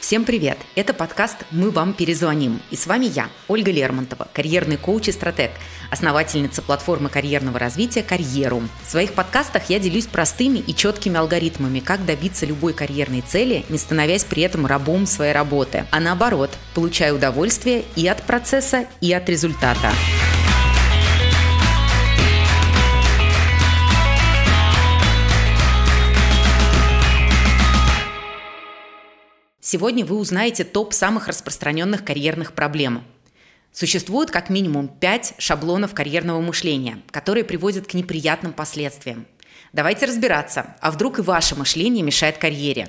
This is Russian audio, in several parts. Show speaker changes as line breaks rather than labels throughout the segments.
Всем привет! Это подкаст «Мы вам перезвоним». И с вами я, Ольга Лермонтова, карьерный коуч и стратег, основательница платформы карьерного развития «Карьерум». В своих подкастах я делюсь простыми и четкими алгоритмами, как добиться любой карьерной цели, не становясь при этом рабом своей работы, а наоборот, получая удовольствие и от процесса, и от результата. Сегодня вы узнаете топ самых распространенных карьерных проблем. Существует как минимум 5 шаблонов карьерного мышления, которые приводят к неприятным последствиям. Давайте разбираться, а вдруг и ваше мышление мешает карьере?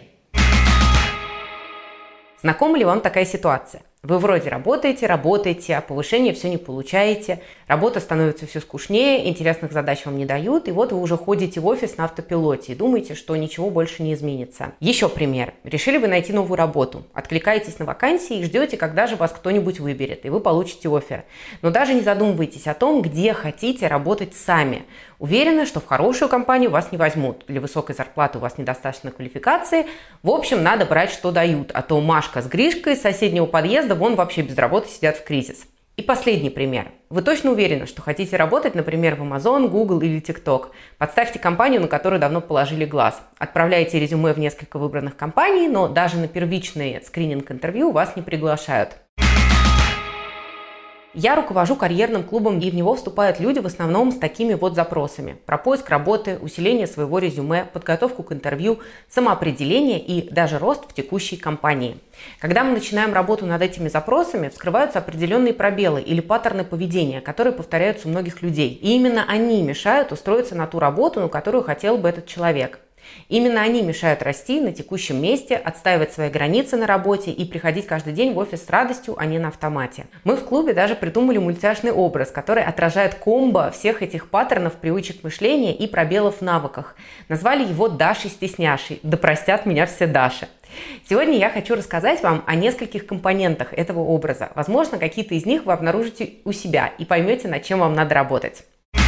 Знакома ли вам такая ситуация? Вы вроде работаете, а повышение все не получаете, работа становится все скучнее, интересных задач вам не дают, и вот вы уже ходите в офис на автопилоте и думаете, что ничего больше не изменится. Еще пример. Решили вы найти новую работу, откликаетесь на вакансии и ждете, когда же вас кто-нибудь выберет, и вы получите оффер. Но даже не задумывайтесь о том, где хотите работать сами. Уверены, что в хорошую компанию вас не возьмут, для высокой зарплаты у вас недостаточно квалификации. В общем, надо брать, что дают, а то Машка с Гришкой с соседнего подъезда вон вообще без работы сидят в кризис. И последний пример. Вы точно уверены, что хотите работать, например, в Amazon, Google или TikTok. Подставьте компанию, на которую давно положили глаз. Отправляете резюме в несколько выбранных компаний, но даже на первичные скрининг-интервью вас не приглашают. Я руковожу карьерным клубом, и в него вступают люди в основном с такими вот запросами: про поиск работы, усиление своего резюме, подготовку к интервью, самоопределение и даже рост в текущей компании. Когда мы начинаем работу над этими запросами, вскрываются определенные пробелы или паттерны поведения, которые повторяются у многих людей. И именно они мешают устроиться на ту работу, на которую хотел бы этот человек. Именно они мешают расти на текущем месте, отстаивать свои границы на работе и приходить каждый день в офис с радостью, а не на автомате. Мы в клубе даже придумали мультяшный образ, который отражает комбо всех этих паттернов, привычек мышления и пробелов в навыках. Назвали его Дашей-стесняшей. Да простят меня все Даши. Сегодня я хочу рассказать вам о нескольких компонентах этого образа. Возможно, какие-то из них вы обнаружите у себя и поймете, над чем вам надо работать.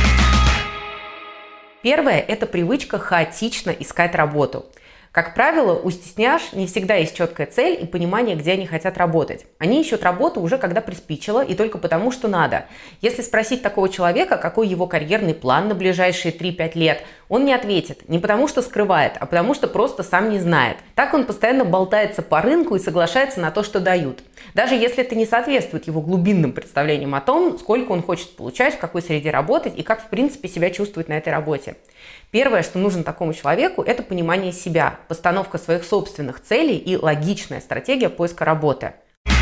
Первое – это привычка хаотично искать работу. Как правило, у стесняш не всегда есть четкая цель и понимание, где они хотят работать. Они ищут работу уже когда приспичило и только потому, что надо. Если спросить такого человека, какой его карьерный план на ближайшие 3-5 лет, он не ответит. Не потому что скрывает, а потому что просто сам не знает. Так он постоянно болтается по рынку и соглашается на то, что дают. Даже если это не соответствует его глубинным представлениям о том, сколько он хочет получать, в какой среде работать и как в принципе себя чувствовать на этой работе. Первое, что нужно такому человеку, это понимание себя, постановка своих собственных целей и логичная стратегия поиска работы.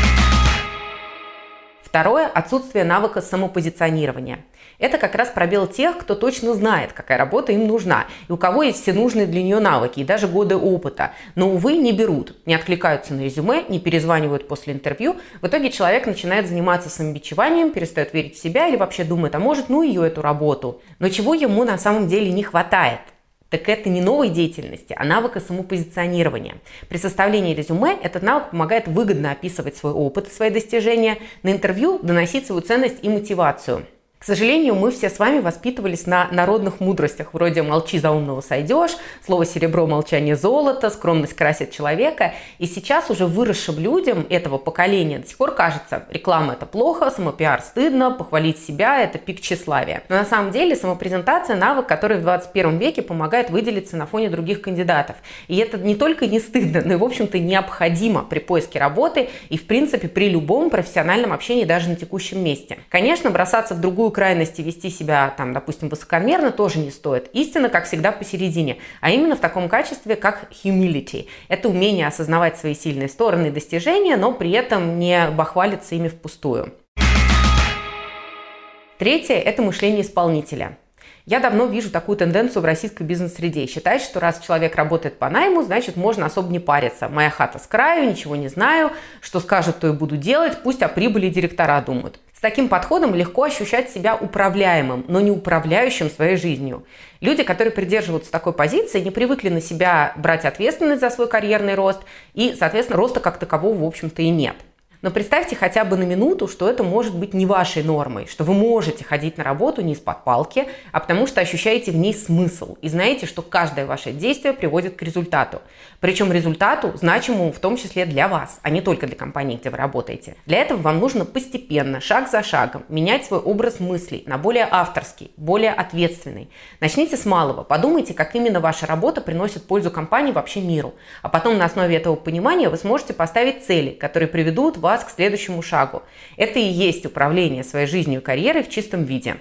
Второе – отсутствие навыка самопозиционирования. Это как раз пробел тех, кто точно знает, какая работа им нужна, и у кого есть все нужные для нее навыки и даже годы опыта. Но, увы, не берут, не откликаются на резюме, не перезванивают после интервью. В итоге человек начинает заниматься самобичеванием, перестает верить в себя или вообще думает, а может, ну ее эту работу. Но чего ему на самом деле не хватает? Так это не новой деятельности, а навыка самопозиционирования. При составлении резюме этот навык помогает выгодно описывать свой опыт и свои достижения, на интервью доносить свою ценность и мотивацию. К сожалению, мы все с вами воспитывались на народных мудростях, вроде «молчи, за умного сойдешь», слово «серебро, молчание, золото», «скромность красит человека». И сейчас уже выросшим людям этого поколения до сих пор кажется, реклама – это плохо, самопиар стыдно, похвалить себя – это пик тщеславия. Но на самом деле самопрезентация – навык, который в 21 веке помогает выделиться на фоне других кандидатов. И это не только не стыдно, но и, в общем-то, необходимо при поиске работы и, в принципе, при любом профессиональном общении даже на текущем месте. Конечно, бросаться в другую крайности, вести себя, там, допустим, высокомерно тоже не стоит. Истина, как всегда, посередине, а именно в таком качестве, как humility. Это умение осознавать свои сильные стороны и достижения, но при этом не бахвалиться ими впустую. Третье – это мышление исполнителя. Я давно вижу такую тенденцию в российской бизнес-среде. Считать, что раз человек работает по найму, значит, можно особо не париться. Моя хата с краю, ничего не знаю, что скажут, то и буду делать, пусть о прибыли директора думают. С таким подходом легко ощущать себя управляемым, но не управляющим своей жизнью. Люди, которые придерживаются такой позиции, не привыкли на себя брать ответственность за свой карьерный рост, и, соответственно, роста как такового, в общем-то, и нет. Но представьте хотя бы на минуту, что это может быть не вашей нормой, что вы можете ходить на работу не из-под палки, а потому что ощущаете в ней смысл и знаете, что каждое ваше действие приводит к результату. Причем результату, значимому в том числе для вас, а не только для компании, где вы работаете. Для этого вам нужно постепенно, шаг за шагом, менять свой образ мыслей на более авторский, более ответственный. Начните с малого, подумайте, как именно ваша работа приносит пользу компании, вообще миру. А потом на основе этого понимания вы сможете поставить цели, которые приведут вас к следующему шагу. Это и есть управление своей жизнью и карьерой в чистом виде.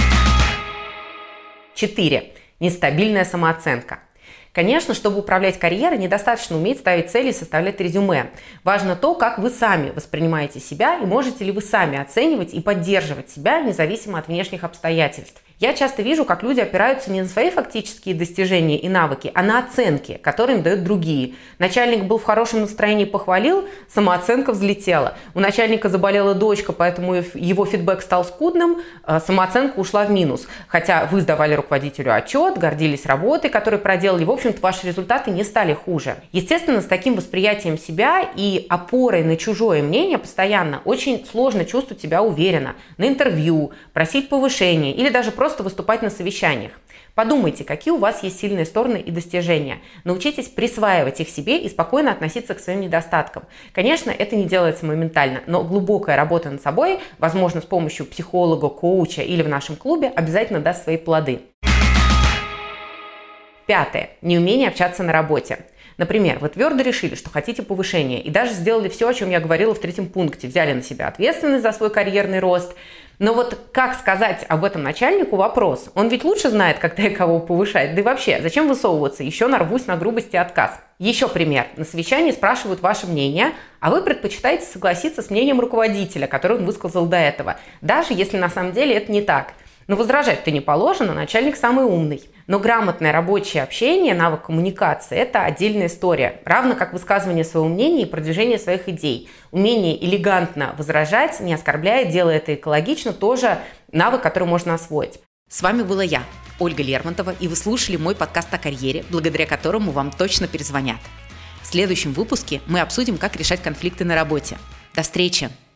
4. Нестабильная самооценка. Конечно, чтобы управлять карьерой, недостаточно уметь ставить цели и составлять резюме. Важно то, как вы сами воспринимаете себя и можете ли вы сами оценивать и поддерживать себя независимо от внешних обстоятельств. Я часто вижу, как люди опираются не на свои фактические достижения и навыки, а на оценки, которые им дают другие. Начальник был в хорошем настроении, похвалил, самооценка взлетела. У начальника заболела дочка, поэтому его фидбэк стал скудным, самооценка ушла в минус. Хотя вы сдавали руководителю отчет, гордились работой, которую проделали, в общем-то, ваши результаты не стали хуже. Естественно, с таким восприятием себя и опорой на чужое мнение постоянно очень сложно чувствовать себя уверенно на интервью, просить повышения или даже просто выступать на совещаниях. Подумайте, какие у вас есть сильные стороны и достижения. Научитесь присваивать их себе и спокойно относиться к своим недостаткам. Конечно, это не делается моментально, но глубокая работа над собой, возможно, с помощью психолога, коуча или в нашем клубе, обязательно даст свои плоды. 5. Неумение общаться на работе. Например, вы твердо решили, что хотите повышения, и даже сделали все, о чем я говорила в 3 пункте. Взяли на себя ответственность за свой карьерный рост. Но вот как сказать об этом начальнику — вопрос. Он ведь лучше знает, когда и кого повышать. Да и вообще, зачем высовываться? Еще нарвусь на грубость и отказ. Еще пример. На совещании спрашивают ваше мнение, а вы предпочитаете согласиться с мнением руководителя, который он высказал до этого, даже если на самом деле это не так. Но возражать-то не положено, начальник самый умный. Но грамотное рабочее общение, навык коммуникации – это отдельная история. Равно как высказывание своего мнения и продвижение своих идей. Умение элегантно возражать, не оскорбляя, делая это экологично, тоже навык, который можно освоить. С вами была я, Ольга Лермонтова, и вы слушали мой подкаст о карьере, благодаря которому вам точно перезвонят. В следующем выпуске мы обсудим, как решать конфликты на работе. До встречи!